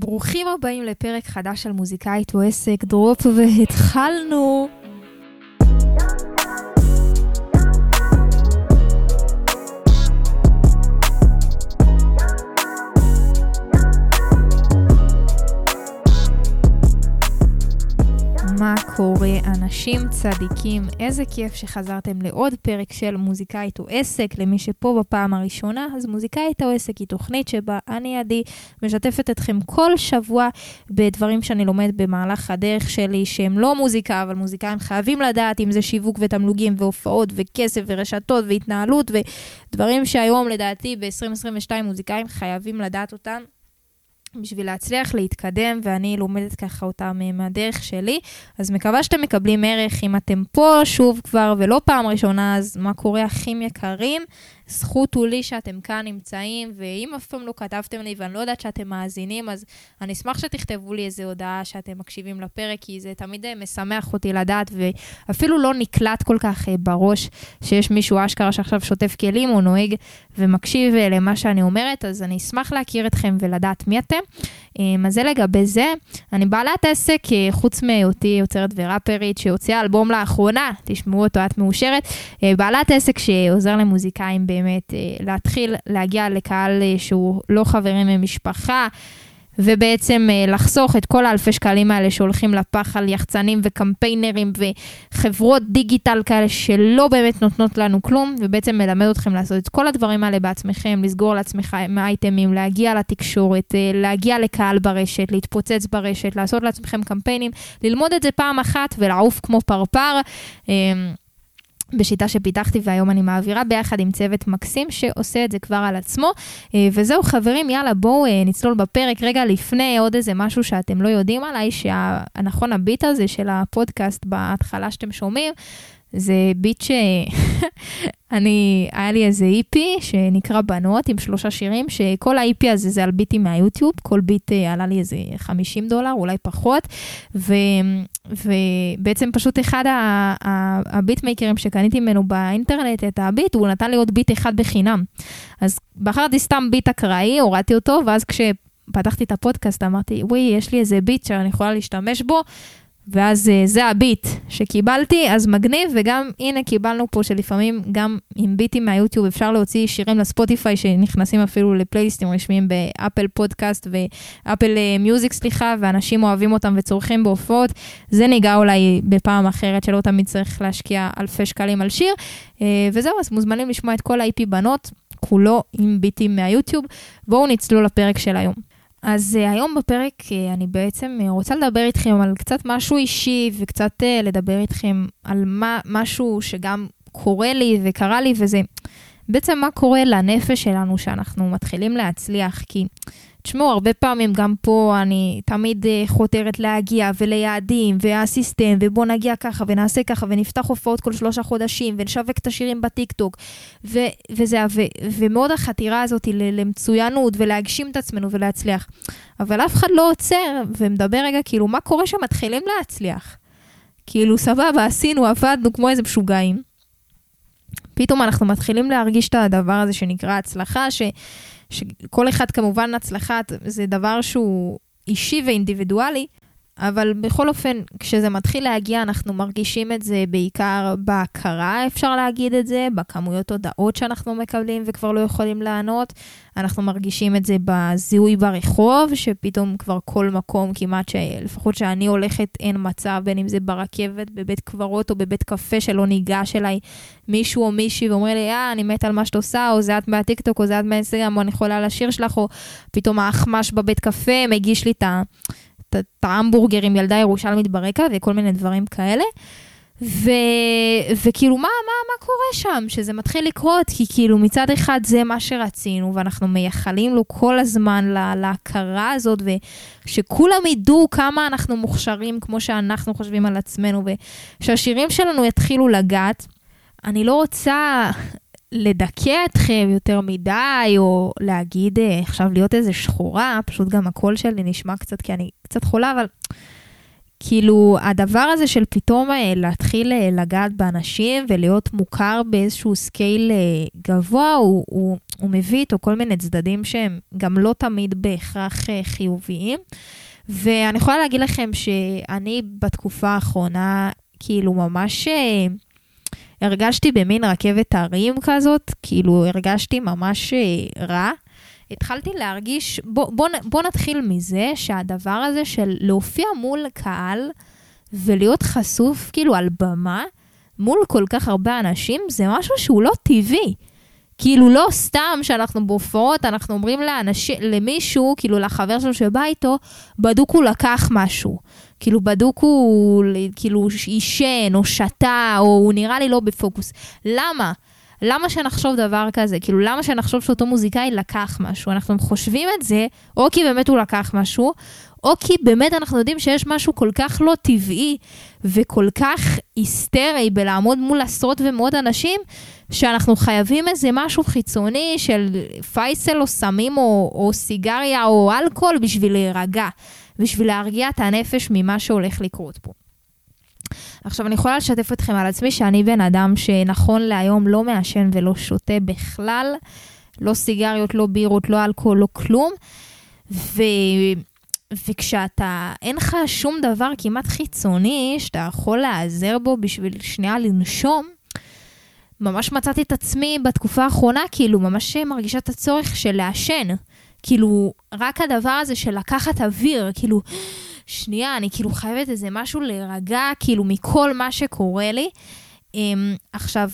ברוכים הבאים לפרק חדש של מוזיקאית או עסק, דרופ והתחלנו. מה קורה אנשים צדיקים? איזה כיף שחזרתם לעוד פרק של מוזיקאית או עסק. למי שפה בפעם הראשונה, אז מוזיקאית או עסק היא תוכנית שבה אני עדי משתפת אתכם כל שבוע בדברים שאני לומד במהלך הדרך שלי, שהם לא מוזיקה, אבל מוזיקאים חייבים לדעת, אם זה שיווק ותמלוגים והופעות וכסף ורשתות והתנהלות ודברים שהיום לדעתי ב-2022 מוזיקאים חייבים לדעת אותם בשביל להצליח להתקדם, ואני לומדת ככה אותם מהדרך שלי. אז מקווה שאתם מקבלים ערך. אם אתם פה שוב כבר ולא פעם ראשונה, אז מה קורה אחים יקרים? זכות הוא לי שאתם כאן נמצאים, ואם אף פעם לא כתבתם לי ואני לא יודעת שאתם מאזינים, אז אני אשמח שתכתבו לי איזו הודעה שאתם מקשיבים לפרק, כי זה תמיד משמח אותי לדעת, ואפילו לא נקלט כל כך בראש שיש מישהו אשכרה שעכשיו שוטף כלים או נוהג ומקשיב למה שאני אומרת. אז אני אשמח להכיר אתכם ולדעת מי אתם. אז זה לגבי זה. אני בעלת עסק, חוץ מהיותי יוצרת וראפרית שהוציאה אלבום לאחרונה, תשמעו אותו, את מאושרת. בעלת עסק שעוזר למוזיקאים באמת להתחיל להגיע לקהל שהוא לא חברים ממשפחה, ובעצם לחסוך את כל האלפי שקלים האלה שהולכים לפח על יחצנים וקמפיינרים וחברות דיגיטל כאלה שלא באמת נותנות לנו כלום, ובעצם מלמד אתכם לעשות את כל הדברים האלה בעצמכם, לסגור לעצמכם אייטמים, להגיע לתקשורת, להגיע לקהל ברשת, להתפוצץ ברשת, לעשות לעצמכם קמפיינים, ללמוד את זה פעם אחת ולעוף כמו פרפר, בשיטה שפיתחתי, והיום אני מעבירה ביחד עם צוות מקסים שעושה את זה כבר על עצמו. וזהו חברים, יאללה בואו נצלול בפרק. רגע לפני עוד איזה משהו שאתם לא יודעים עליי, שהנכון הביט הזה של הפודקאסט בהתחלה שאתם שומעים, זה ביט היה לי איזה איפי שנקרא בנות עם 3 שירים, שכל האיפי הזה זה על ביטים מהיוטיוב, כל ביט עלה לי איזה $50, אולי פחות, ובעצם פשוט אחד הביט מייקרים שקניתי ממנו באינטרנט את הביט, הוא נתן לי עוד ביט אחד בחינם. אז בחרתי סתם ביט אקראי, הורדתי אותו, ואז כשפתחתי את הפודקאסט אמרתי, וואי, יש לי איזה ביט שאני יכולה להשתמש בו, ואז זה הביט שקיבלתי, אז מגניב, וגם הנה קיבלנו פה שלפעמים גם עם ביטים מהיוטיוב אפשר להוציא שירים לספוטיפיי שנכנסים אפילו לפלייליסטים רשמיים באפל פודקאסט ואפל מיוזיק ואנשים אוהבים אותם וצורכים בהופעות. זה ניגע אולי בפעם אחרת שלא תמיד צריך להשקיע אלפי שקלים על שיר, וזהו, אז מוזמנים לשמוע את כל ה-IP בנות, כולו עם ביטים מהיוטיוב. בואו נצלול לפרק של היום. אז היום בפרק אני בעצם רוצה לדבר איתכם על קצת משהו אישי, וקצת לדבר איתכם על משהו שגם קורה לי וקרה לי, וזה בעצם מה קורה לנפש שלנו שאנחנו מתחילים להצליח. כי תשמעו, הרבה פעמים גם פה אני תמיד חותרת להגיע וליעדים והסיסטם, ובוא נגיע ככה ונעשה ככה ונפתח הופעות כל 3 חודשים ונשווק את השירים בטיקטוק ומאוד החתירה הזאת למצוינות ולהגשים את עצמנו ולהצליח. אבל אף אחד לא עוצר ומדבר רגע כאילו מה קורה שמתחילים להצליח. כאילו סבבה, עשינו, עבדנו כמו איזה משוגעים. פתאום אנחנו מתחילים להרגיש את הדבר הזה שנקרא הצלחה, שכל אחד כמובן הצלחה זה דבר שהוא אישי ואינדיבידואלי, אבל בכל אופן כשזה מתחיל להגיע אנחנו מרגישים את זה בעיקר בהכרה, אפשר להגיד את זה, בכמויות הודעות שאנחנו מקבלים וכבר לא יכולים לענות. אנחנו מרגישים את זה בזיהוי ברחוב, שפתאום כבר כל מקום כמעט לפחות שאני הולכת אין מצב, בין אם זה ברכבת, בבית קברות או בבית קפה שלא ניגש אליי מישהו או מישהי ואומר לי, אני מת על מה שאת עושה, או זה את מהטיקטוק, או זה את מהאינסטגרם, או אני יכולה לשיר שלך, או פתאום האחמש בבית קפה מגיש לי את ההמבורגר עם ילדה ירושלמית ברקע וכל מיני דברים כאלה. וכאילו מה קורה שם שזה מתחיל לקרות? כי כאילו מצד אחד זה מה שרצינו ואנחנו מייחלים לו כל הזמן להכרה הזאת, ושכולם ידעו כמה אנחנו מוכשרים כמו שאנחנו חושבים על עצמנו, ושהשירים שלנו יתחילו לגעת. אני לא רוצה לדכא אתכם יותר מדי, או להגיד עכשיו להיות איזה שחורה, פשוט גם הקול שלי נשמע קצת, כי אני קצת חולה, אבל כאילו, הדבר הזה של פתאום להתחיל לגעת באנשים ולהיות מוכר באיזשהו סקייל גבוה, הוא מביא איתו כל מיני צדדים שהם גם לא תמיד בהכרח חיוביים. ואני יכולה להגיד לכם שאני בתקופה האחרונה, כאילו ממש הרגשתי במין רכבת הרים כזאת, כאילו הרגשתי ממש רע. התחלתי להרגיש, בוא נתחיל מזה שהדבר הזה של להופיע מול קהל ולהיות חשוף כאילו על במה, מול כל כך הרבה אנשים, זה משהו שהוא לא טבעי. כאילו לא סתם שאנחנו בהופעות, אנחנו אומרים למישהו, כאילו לחבר שלו שבא איתו, בדוק הוא לקח משהו. כאילו בדוק הוא כאילו אישן או שתה, או הוא נראה לי לא בפוקוס. למה? למה שנחשוב דבר כזה? כאילו, למה שנחשוב שאותו מוזיקאי לקח משהו? אנחנו חושבים את זה, או כי באמת הוא לקח משהו, או כי באמת אנחנו יודעים שיש משהו כל כך לא טבעי, וכל כך היסטרי בלעמוד מול עשרות ומאות אנשים, שאנחנו חייבים איזה משהו חיצוני של פייסל או סמים או סיגריה או אלכוהול בשביל להירגע, בשביל להרגיע את הנפש ממה שהולך לקרות פה. עכשיו, אני יכולה לשתף אתכם על עצמי שאני בן אדם שנכון להיום לא מעשן ולא שותה בכלל, לא סיגריות, לא בירות, לא אלכוהול, לא כלום, וכשאתה, אין לך שום דבר כמעט חיצוני שאתה יכול לעזר בו בשביל שנייה לנשום, ממש מצאתי את עצמי בתקופה האחרונה, כאילו ממש מרגישה את הצורך של לעשן, כאילו רק הדבר הזה של לקחת אוויר, כאילו שנייה, אני כאילו חייבת איזה משהו להירגע, כאילו מכל מה שקורה לי. עכשיו,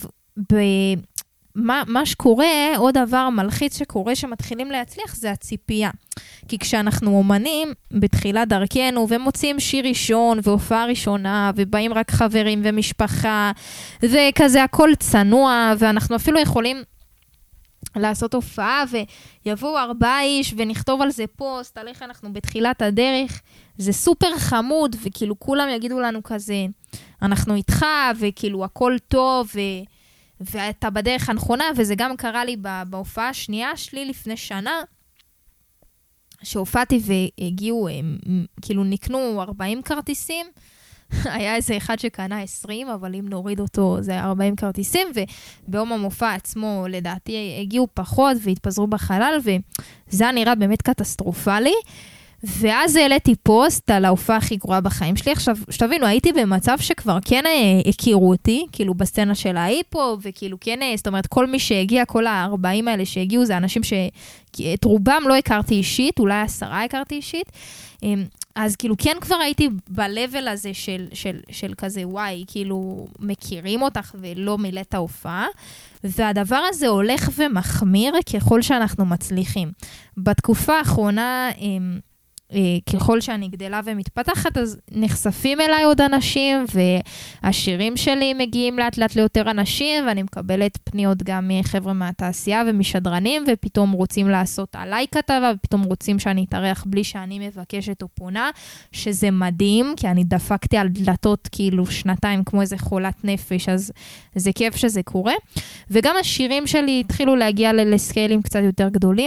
מה שקורה, עוד דבר מלחיץ שקורה שמתחילים להצליח, זה הציפייה. כי כשאנחנו אומנים בתחילת דרכנו, ומוצאים שיר ראשון והופעה ראשונה, ובאים רק חברים ומשפחה, וכזה הכל צנוע, ואנחנו אפילו יכולים לעשות הופעה, ויבואו 4 איש, ונכתוב על זה פוסט, על איך אנחנו בתחילת הדרך, זה סופר חמוד, וכאילו כולם יגידו לנו כזה, אנחנו איתך, וכאילו הכל טוב, ואתה בדרך הנכונה, וזה גם קרה לי בהופעה השנייה שלי לפני שנה, שהופעתי והגיעו, כאילו נקנו 40 כרטיסים, היה איזה אחד שקנה 20, אבל אם נוריד אותו זה 40 כרטיסים, וביום המופע עצמו לדעתי הגיעו פחות והתפזרו בחלל, וזה נראה באמת קטסטרופלי, ואז העליתי פוסט על ההופעה הכי גרועה בחיים שלי. עכשיו, שתבינו, הייתי במצב שכבר כן הכירו אותי, כאילו בסצנה של ההיפו, וכאילו כן, זאת אומרת, כל מי שהגיע, כל 40 האלה שהגיעו, זה אנשים שאת רובם לא הכרתי אישית, אולי 10 הכרתי אישית, אז כאילו כן כבר הייתי בלבל הזה של כזה, וואי, כאילו מכירים אותך ולא מילאת ההופעה, והדבר הזה הולך ומחמיר ככל שאנחנו מצליחים. בתקופה האחרונה, ככל שאני גדלה ומתפתחת, אז נחשפים אליי עוד אנשים, והשירים שלי מגיעים לאט לאט ליותר אנשים, ואני מקבלת פניות גם מחבר'ה מהתעשייה ומשדרנים, ופתאום רוצים לעשות עליי כתבה, ופתאום רוצים שאני אתארח בלי שאני מבקשת או פונה, שזה מדהים, כי אני דפקתי על דלתות כאילו 2 כמו איזה חולת נפש, אז זה כיף שזה קורה. וגם השירים שלי התחילו להגיע לסקיילים קצת יותר גדולים,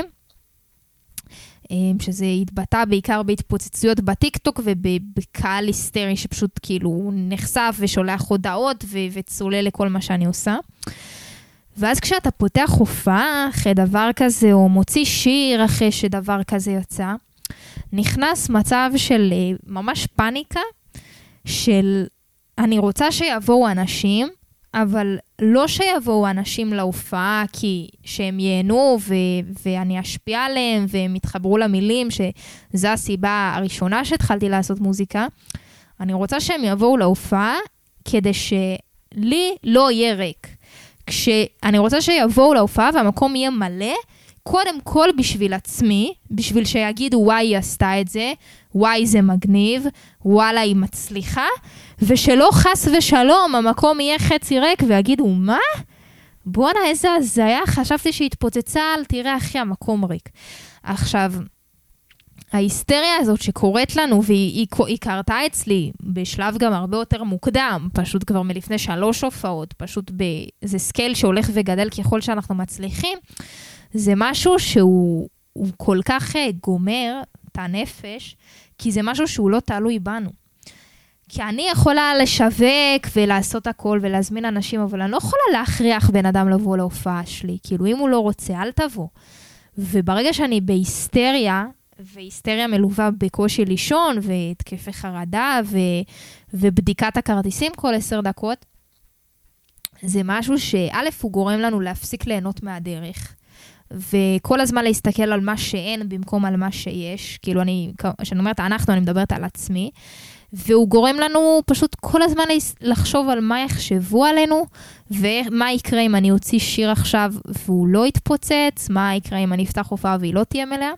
שזה התבטא בעיקר בהתפוצצויות בטיקטוק ובקהל היסטרי שפשוט כאילו נחשף ושולח הודעות וצולל לכל מה שאני עושה. ואז כשאתה פותח הופעה אחרי דבר כזה או מוציא שיר אחרי שדבר כזה יוצא, נכנס מצב של ממש פאניקה של אני רוצה שיבואו אנשים, אבל לא שיבואו אנשים להופעה כי שהם ייהנו ואני אשפיע עליהם והם יתחברו למילים, שזו הסיבה הראשונה שהתחלתי לעשות מוזיקה. אני רוצה שהם יבואו להופעה כדי שלי לא יהיה ריק. כשאני רוצה שיבואו להופעה והמקום יהיה מלא, קודם כל בשביל עצמי, בשביל שיגידו וואי היא עשתה את זה, וואי זה מגניב, וואלה היא מצליחה, ושלא חס ושלום, המקום יהיה חצי ריק ויגידו מה? בואנה איזה הזיה, חשבתי שהתפוצצה על תראה אחי המקום ריק. עכשיו, ההיסטריה הזאת שקורית לנו, והיא קרתה אצלי בשלב גם הרבה יותר מוקדם, פשוט כבר מלפני 3 הופעות, פשוט זה סקייל שהולך וגדל ככל שאנחנו מצליחים, זה משהו שהוא כל כך גומר את הנפש, כי זה משהו שהוא לא תלוי בנו. כי אני יכולה לשווק ולעשות הכל ולהזמין אנשים, אבל אני לא יכולה להכריח בן אדם לבוא להופעה שלי. כאילו, אם הוא לא רוצה, אל תבוא. וברגע שאני בהיסטריה, והיסטריה מלווה בקושי לישון, והתקפי חרדה, ובדיקת הכרטיסים כל 10 דקות, זה משהו שא' הוא גורם לנו להפסיק ליהנות מהדרך. וכל הזמן להסתכל על מה שאין במקום על מה שיש. כאילו, כשאני אומרת אני מדברת על עצמי. והוא גורם לנו פשוט כל הזמן לחשוב על מה יחשבו עלינו, ומה יקרה אם אני אוציא שיר עכשיו והוא לא יתפוצץ, מה יקרה אם אני אפתח הופעה והיא לא תהיה מלאה.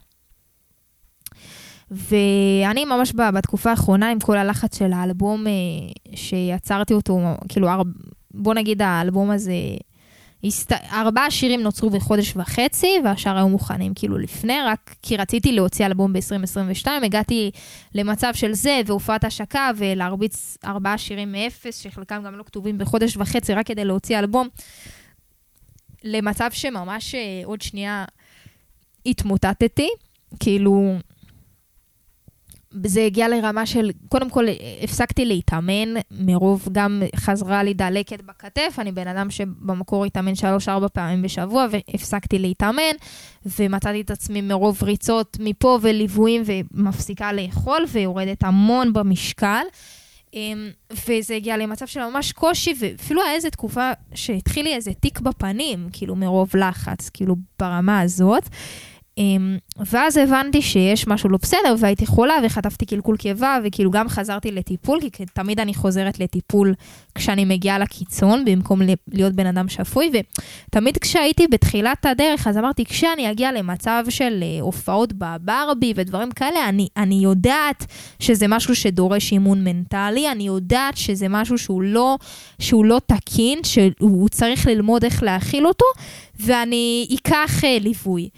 ואני ממש בתקופה האחרונה עם כל הלחץ של האלבום שיצרתי אותו, כאילו בוא נגיד האלבום הזה, 4 שירים נוצרו בחודש וחצי, והשאר היו מוכנים כאילו לפני, רק כי רציתי להוציא אלבום ב-2022, הגעתי למצב של זה, והופעת השקה, ולהרביץ 4 שירים מאפס, שחלקם גם לא כתובים בחודש וחצי, רק כדי להוציא אלבום, למצב שממש עוד שנייה התמוטטתי, כאילו, זה הגיע לרמה של, קודם כל הפסקתי להתאמן, מרוב גם חזרה לי דלקת בכתף, אני בן אדם שבמקור התאמן 3-4 פעמים בשבוע, והפסקתי להתאמן, ומצאתי את עצמי מרוב ריצות מפה וליוויים, ומפסיקה לאכול, ויורדת המון במשקל, וזה הגיע למצב של ממש קושי, ואפילו היה איזו תקופה שהתחיל לי איזה תיק בפנים, כאילו מרוב לחץ, כאילו ברמה הזאת, ואז הבנתי שיש משהו לא בסדר, והייתי חולה, וחטפתי קלקול קיבה, וכאילו גם חזרתי לטיפול, כי תמיד אני חוזרת לטיפול כשאני מגיעה לקיצון, במקום להיות בן אדם שפוי, ותמיד כשהייתי בתחילת הדרך, אז אמרתי, כשאני אגיע למצב של הופעות בברבי ודברים כאלה, אני יודעת שזה משהו שדורש אימון מנטלי, אני יודעת שזה משהו שהוא לא תקין, שהוא צריך ללמוד איך להכיל אותו, ואני אקח ליווי.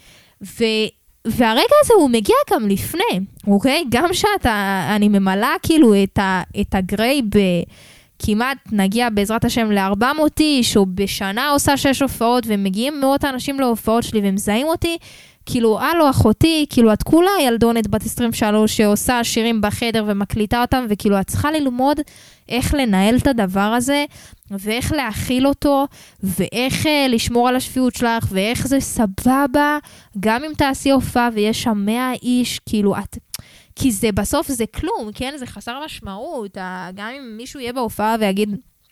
והרגע הזה הוא מגיע גם לפני, אוקיי? גם אני ממלאה כאילו את הגריי כמעט נגיע בעזרת השם ל400 איש, או בשנה עושה 6 הופעות, ומגיעים מאות האנשים להופעות שלי, ומזהים אותי, כאילו, הלו אחותי, כאילו, את כולה ילדונת בת 23, שעושה שירים בחדר ומקליטה אותם, וכאילו, את צריכה ללמוד איך לנהל את הדבר הזה, ואיך להכיל אותו, ואיך לשמור על השפיות שלך, ואיך זה סבבה, גם אם תעשי הופעה, ויש שם 100 איש, כאילו, כי זה בסוף זה כלום, כן? זה חסר משמעות, גם אם מישהו יהיה בהופעה ויגיד,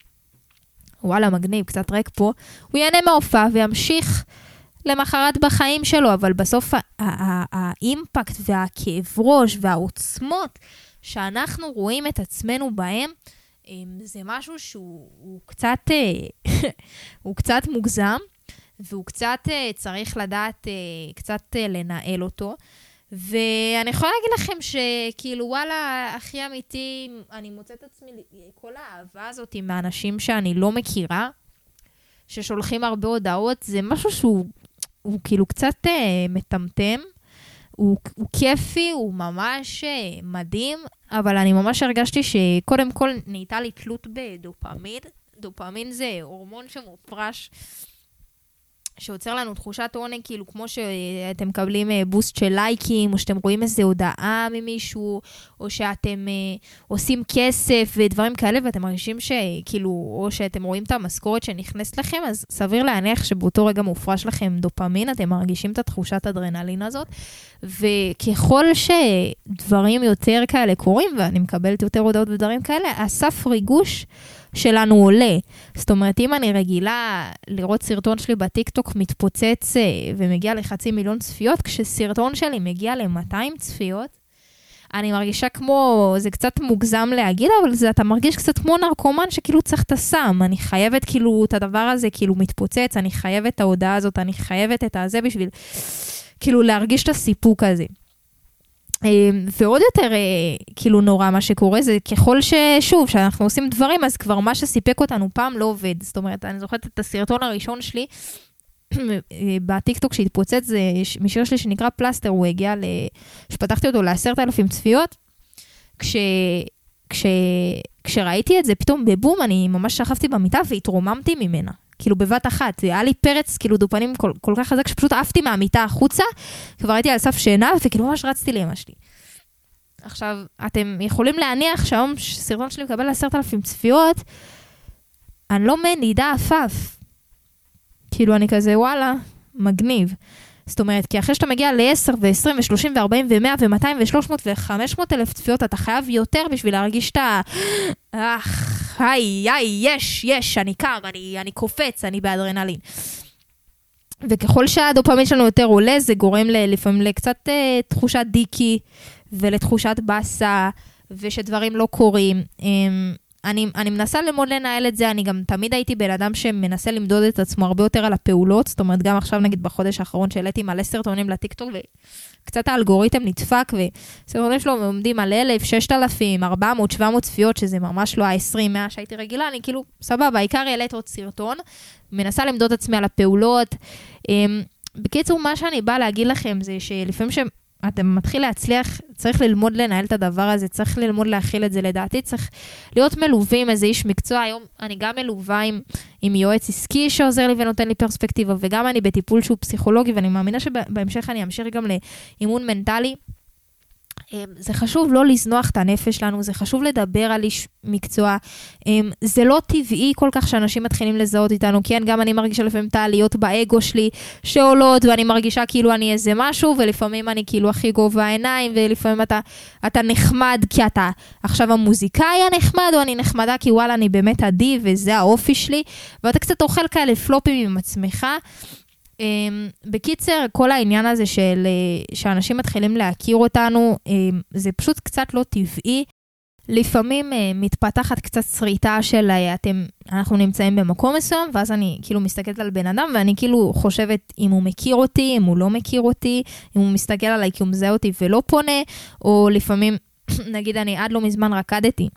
וואלה, מגניב, קצת ריק פה, הוא ייהנה מההופעה וימשיך למחרת בחיים שלו, אבל בסוף האימפקט והכאב ראש והעוצמות שאנחנו רואים את עצמנו בהם, זה משהו שהוא קצת, הוא קצת מוגזם, והוא קצת צריך לדעת קצת לנהל אותו, ואני יכולה להגיד לכם שכאילו וואלה, הכי אמיתי, אני מוצאת עצמי, כל האהבה הזאת עם האנשים שאני לא מכירה, ששולחים הרבה הודעות, זה משהו שהוא כאילו קצת מטמטם, הוא כיפי, הוא ממש מדהים, אבל אני ממש הרגשתי שקודם כל נהייתה לי תלות בדופמין. דופמין זה הורמון שמופרש, שיוצר לנו תחושת עונג, כאילו כמו שאתם מקבלים בוסט של לייקים, או שאתם רואים איזו הודעה ממישהו, או שאתם עושים כסף ודברים כאלה, ואתם מרגישים שכאילו, או שאתם רואים את המשכורת שנכנסת לכם, אז סביר להניח שבאותו רגע מופרש לכם דופמין, אתם מרגישים את התחושת אדרנלין הזאת, וככל שדברים יותר כאלה קורים, ואני מקבלת יותר הודעות ודברים כאלה, הסף ריגוש שלנו עולה. זאת אומרת, אם אני רגילה לראות סרטון שלי בטיקטוק מתפוצץ ומגיע ל500,000 צפיות, כשסרטון שלי מגיע ל200 צפיות, אני מרגישה כמו, זה קצת מוגזם להגיד, אבל זה, אתה מרגיש קצת כמו נרקומן שכאילו צריך את הסם. אני חייבת כאילו את הדבר הזה כאילו מתפוצץ, אני חייבת את ההודעה הזאת, אני חייבת את הזה בשביל כאילו להרגיש את הסיפוק הזה. ועוד יותר כאילו נורא מה שקורה זה ככל ששוב שאנחנו עושים דברים אז כבר מה שסיפק אותנו פעם לא עובד. זאת אומרת אני זוכרת את הסרטון הראשון שלי בטיקטוק שהתפוצץ, זה משיר שלי שנקרא פלסטר, הוא הגיע שפתחתי אותו ל10,000 צפיות, כשראיתי את זה פתאום בבום אני ממש שכבתי במיטה והתרוממתי ממנה. כאילו בבת אחת, היה לי פרץ, כאילו דופנים כל כך חזק, שפשוט עפתי מהמיטה החוצה, כבר הייתי על סף שינה, וכאילו ממש רצתי לאמא שלי. עכשיו, אתם יכולים להניח שהיום סרטון שלי מקבל 10,000 צפיות, אני לא מנידה עפף. כאילו אני כזה, וואלה, מגניב. זאת אומרת, כי אחרי שאתה מגיע ל-10 ו-20 ו-30 ו-40 ו-100 ו-200 ו-300 ו-500 אלף צפיות, אתה חייב יותר בשביל להרגיש את יש, אני קם, אני קופץ, אני באדרנלין. וככל שהדופמין שלנו יותר עולה, זה גורם לפעמים לקצת תחושת דיקי, ולתחושת בסה, ושדברים לא קורים. אני מנסה ללמוד לנהל את זה, אני גם תמיד הייתי בן אדם שמנסה למדוד את עצמו הרבה יותר על הפעולות, זאת אומרת, גם עכשיו נגיד בחודש האחרון שהעליתי מלא סרטונים לטיקטוק, וקצת האלגוריתם נדפק, וסרטונים שלו עומדים על 1,000, 6,000, 400, 700 צפיות, שזה ממש לא ה-20, 100 שהייתי רגילה, אני כאילו, סבבה, העיקר העלית עוד סרטון, מנסה למדוד את עצמי על הפעולות. בקיצור, מה שאני באה להגיד לכם זה שלפעמים אתם מתחיל להצליח, צריך ללמוד לנהל את הדבר הזה, צריך ללמוד להכיל את זה, לדעתי צריך להיות מלווה עם איזה איש מקצוע. היום אני גם מלווה עם יועץ עסקי שעוזר לי ונותן לי פרספקטיבה, וגם אני בטיפול שהוא פסיכולוגי, ואני מאמינה שבהמשך אני אמשיך גם לאימון מנטלי. זה חשוב לא לזנוח את הנפש שלנו, זה חשוב לדבר על איש מקצוע. זה לא טבעי כל כך שאנשים מתחילים לזהות איתנו, כן, גם אני מרגישה לפעמים את העליות באגו שלי שעולות, ואני מרגישה כאילו אני איזה משהו, ולפעמים אני כאילו הכי גובה העיניים, ולפעמים אתה נחמד כי אתה עכשיו המוזיקאי הנחמד, או אני נחמדה כי וואלה אני באמת עדי, וזה האופי שלי, ואתה קצת אוכל כאלה פלופים עם עצמך. בקיצר, כל העניין הזה שאנשים מתחילים להכיר אותנו, זה פשוט קצת לא טבעי. לפעמים מתפתחת קצת שריטה של אנחנו נמצאים במקום מסוים, ואז אני כאילו מסתכלת על בן אדם, ואני כאילו חושבת אם הוא מכיר אותי, אם הוא לא מכיר אותי, אם הוא מסתכל עליי כי הוא מזהה אותי ולא פונה, או לפעמים, נגיד אני עד לא מזמן רקדתי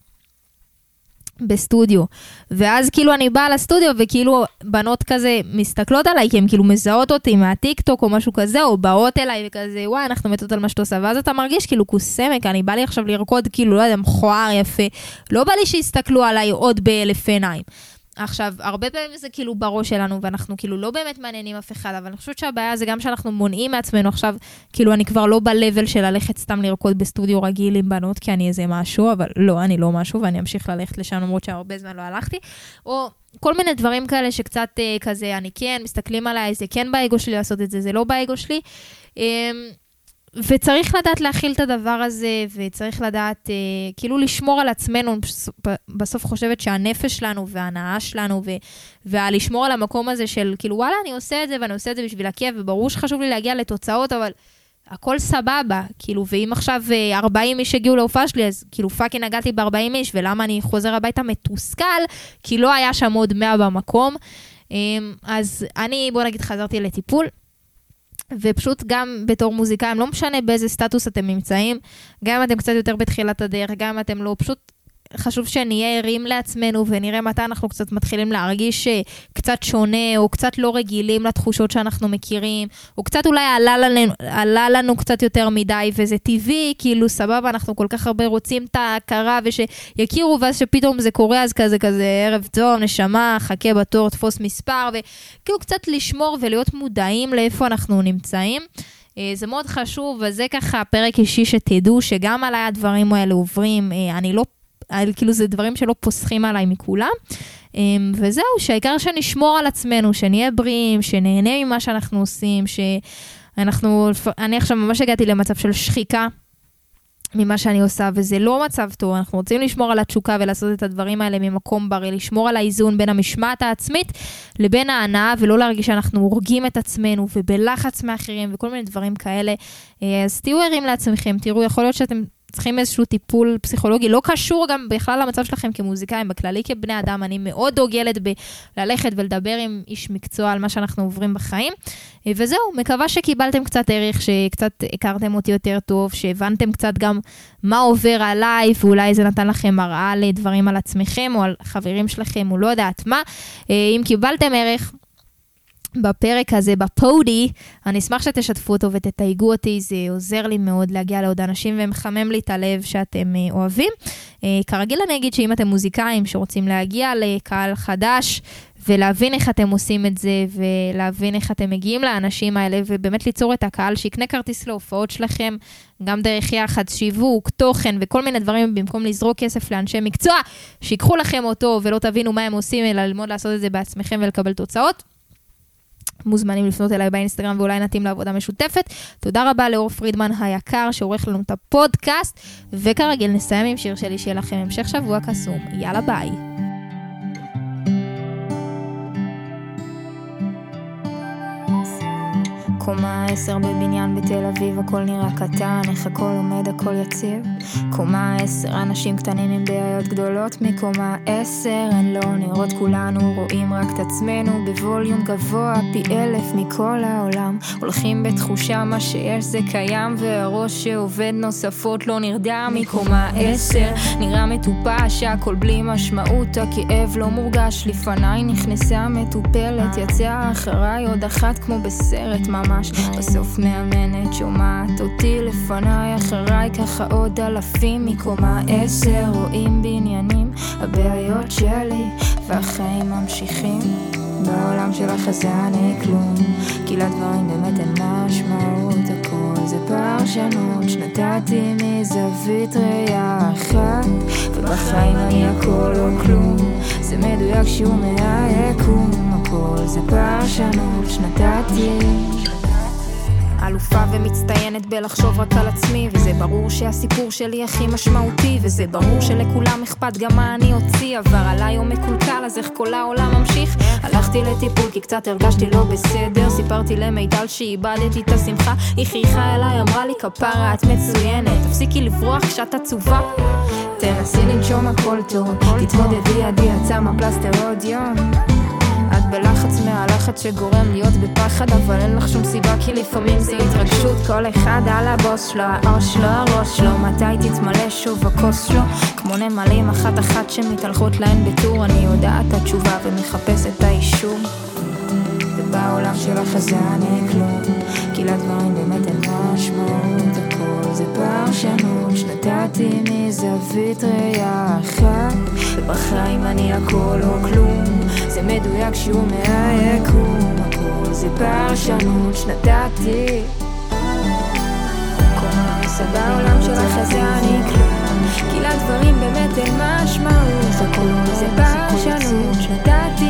בסטודיו, ואז כאילו אני באה לסטודיו, וכאילו בנות כזה מסתכלות עליי, כי הן כאילו מזהות אותי מהטיקטוק או משהו כזה, או באות אליי וכזה, וואי, אנחנו מתות על מה שאתה עושה, ואז אתה מרגיש כאילו קוסמק, אני בא לי עכשיו לרקוד כאילו, לא יודע, מכוער יפה, לא בא לי שיסתכלו עליי עוד ב1,000 עיניים. עכשיו, הרבה פעמים זה כאילו בראש שלנו, ואנחנו כאילו לא באמת מעניינים אף אחד, אבל אני חושבת שהבעיה זה גם שאנחנו מונעים מעצמנו עכשיו, כאילו אני כבר לא בלבל של ללכת סתם לרקוד בסטודיו רגיל עם בנות, כי אני איזה משהו, אבל לא, אני לא משהו, ואני אמשיך ללכת לשם, למרות שהרבה זמן לא הלכתי, או כל מיני דברים כאלה שקצת כזה, אני כן, מסתכלים עליי, זה כן באגו שלי לעשות את זה, זה לא באגו שלי, וצריך לדעת להכיל את הדבר הזה, וצריך לדעת כאילו לשמור על עצמנו. בסוף חושבת שהנפש שלנו וההנאה שלנו, ולשמור על המקום הזה של כאילו וואלה אני עושה את זה, ואני עושה את זה בשביל הכיף, וברור שחשוב לי להגיע לתוצאות, אבל הכל סבבה, כאילו, ואם עכשיו 40 איש הגיעו להופעה שלי, אז כאילו פאקינג נגעתי ב40 איש, ולמה אני חוזר הביתה מתוסכל, כי לא היה שם עוד 100 במקום. אז אני, בוא נגיד, חזרתי לטיפול, ופשוט גם בתור מוזיקאים, לא משנה באיזה סטטוס אתם נמצאים, גם אם אתם קצת יותר בתחילת הדרך, גם אם אתם לא, פשוט חשוב שנהיה ערים לעצמנו, ונראה מתי אנחנו קצת מתחילים להרגיש קצת שונה, או קצת לא רגילים לתחושות שאנחנו מכירים, או קצת אולי עלה לנו קצת יותר מדי, וזה טבעי, כאילו סבבה, אנחנו כל כך הרבה רוצים את ההכרה, ושיכירו, ואז שפתאום זה קורה, אז כזה ערב טוב, נשמה, חכה בתור, תפוס מספר, וכאילו קצת לשמור ולהיות מודעים לאיפה אנחנו נמצאים. זה מאוד חשוב, וזה ככה פרק אישי שתדעו, שגם עליי הדברים האלה עוברים, אני לא כאילו זה דברים שלא פוסחים עליי מכולם, וזהו, שהעיקר שנשמור על עצמנו, שנהיה בריאים, שנהנה ממה שאנחנו עושים, אני עכשיו ממש הגעתי למצב של שחיקה ממה שאני עושה, וזה לא מצב טוב, אנחנו רוצים לשמור על התשוקה ולעשות את הדברים האלה ממקום בריא, לשמור על האיזון בין המשמעת העצמית לבין ההנאה, ולא להרגיש שאנחנו הורגים את עצמנו ובלחץ מאחרים וכל מיני דברים כאלה. אז תהיו ערים לעצמכם, תראו, יכול להיות שאתם צריכים איזשהו טיפול פסיכולוגי, לא קשור גם בכלל למצב שלכם כמוזיקאים, בכללי כבני אדם, אני מאוד דוגלת בללכת ולדבר עם איש מקצוע על מה שאנחנו עוברים בחיים, וזהו, מקווה שקיבלתם קצת ערך, שקצת הכרתם אותי יותר טוב, שהבנתם קצת גם מה עובר עליי, ואולי זה נתן לכם מראה לדברים על עצמכם, או על חברים שלכם, או לא יודעת מה. אם קיבלתם ערך בפרק הזה, בפודי, אני אשמח שתשתפו אותו ותתייגו אותי, זה עוזר לי מאוד להגיע לעוד אנשים, ומחמם לי את הלב שאתם אוהבים. כרגיל אני אגיד שאם אתם מוזיקאים שרוצים להגיע לקהל חדש, ולהבין איך אתם עושים את זה, ולהבין איך אתם מגיעים לאנשים האלה, ובאמת ליצור את הקהל שיקנה כרטיס להופעות שלכם, גם דרך יחד, שיווק, תוכן וכל מיני דברים, במקום לזרוק כסף לאנשי מקצוע, שיקחו לכם אותו ולא תבינו מה הם עושים, אלא ללמוד לעשות את זה בעצמכם ולקבל תוצאות. מוזמנים לפנות אליי באינסטגרם ואולי נתאים לעבודה משותפת. תודה רבה לאור פרידמן היקר שעורך לנו את הפודקאסט, וכרגיל נסיים עם שיר שלי, שיהיה לכם המשך שבוע קסום. יאללה ביי. קומה 10 בבניין בתל אביב, הכל נראה קטן, איך הכל עומד, הכל יציב. קומה 10, אנשים קטנים עם בעיות גדולות. מקומה 10 הן לא נראות, כולנו רואים רק את עצמנו בווליום גבוה פי 1000 מכל העולם. הולכים בתחושה מה שיש זה קיים, והראש שעובד נוספות לא נרדם. מקומה 10 נראה מטופש, הכל בלי משמעות, הכאב לא מורגש. לפניי נכנסה מטופלת, יצאה אחריי עוד אחת כמו בסרט ממש. בסוף מאמנת שומעת אותי, לפניי אחריי ככה עוד אלפים. מקומה 10 רואים בניינים, הבעיות שלי והחיים ממשיכים. בעולם של החזן אין כלום, כי לדברים באמת אין משמעות, הכל זה פרשנות שנתתי מזווית ראייה אחת, ובחיים אני הכל או כלום, זה מדויק שהוא מהיקום, הכל זה פרשנות שנתתי. אלופה ומצטיינת בלחשוב רק על עצמי, וזה ברור שהסיפור שלי הכי משמעותי, וזה ברור שלכולם אכפת גם מה אני הוציא. עבר עליי יום מקולקל, אז איך כל העולם ממשיך? הלכתי לטיפול כי קצת הרגשתי לא בסדר, סיפרתי למיטל שאיבדתי את השמחה, היא חייכה אליי, אמרה לי כפרה את מצוינת, תפסיקי לברוח כשאת עצובה, תנסי לנשום הכל טוב, תתמודדי עדי יצא מהפלסטר עוד יום. את בלחץ מהלחץ שגורם להיות בפחד, אבל אין לך שום סיבה כי לפעמים זה התרגשות. כל אחד על הבוס שלו, העוש שלו, הראש שלו, מתי תתמלא שוב הכוס שלו, כמו נמלים אחת אחת שמתהלכות להן בטור. אני יודעת את התשובה ומחפש את האישור, ובעולם של החזן אין כלום, כי לדברים באמת אין משמעות, הכל זה פרשנות שנתתי מזווית ראייה אחת, ובחיים אני הכל או כלום, זה מדויק שהוא מהיקום, הכל זה פרשנות שנתתי. קומה 10 בעולם של החזן אין כלום, כי לדברים באמת אין משמעות, הכל זה פרשנות שנתתי.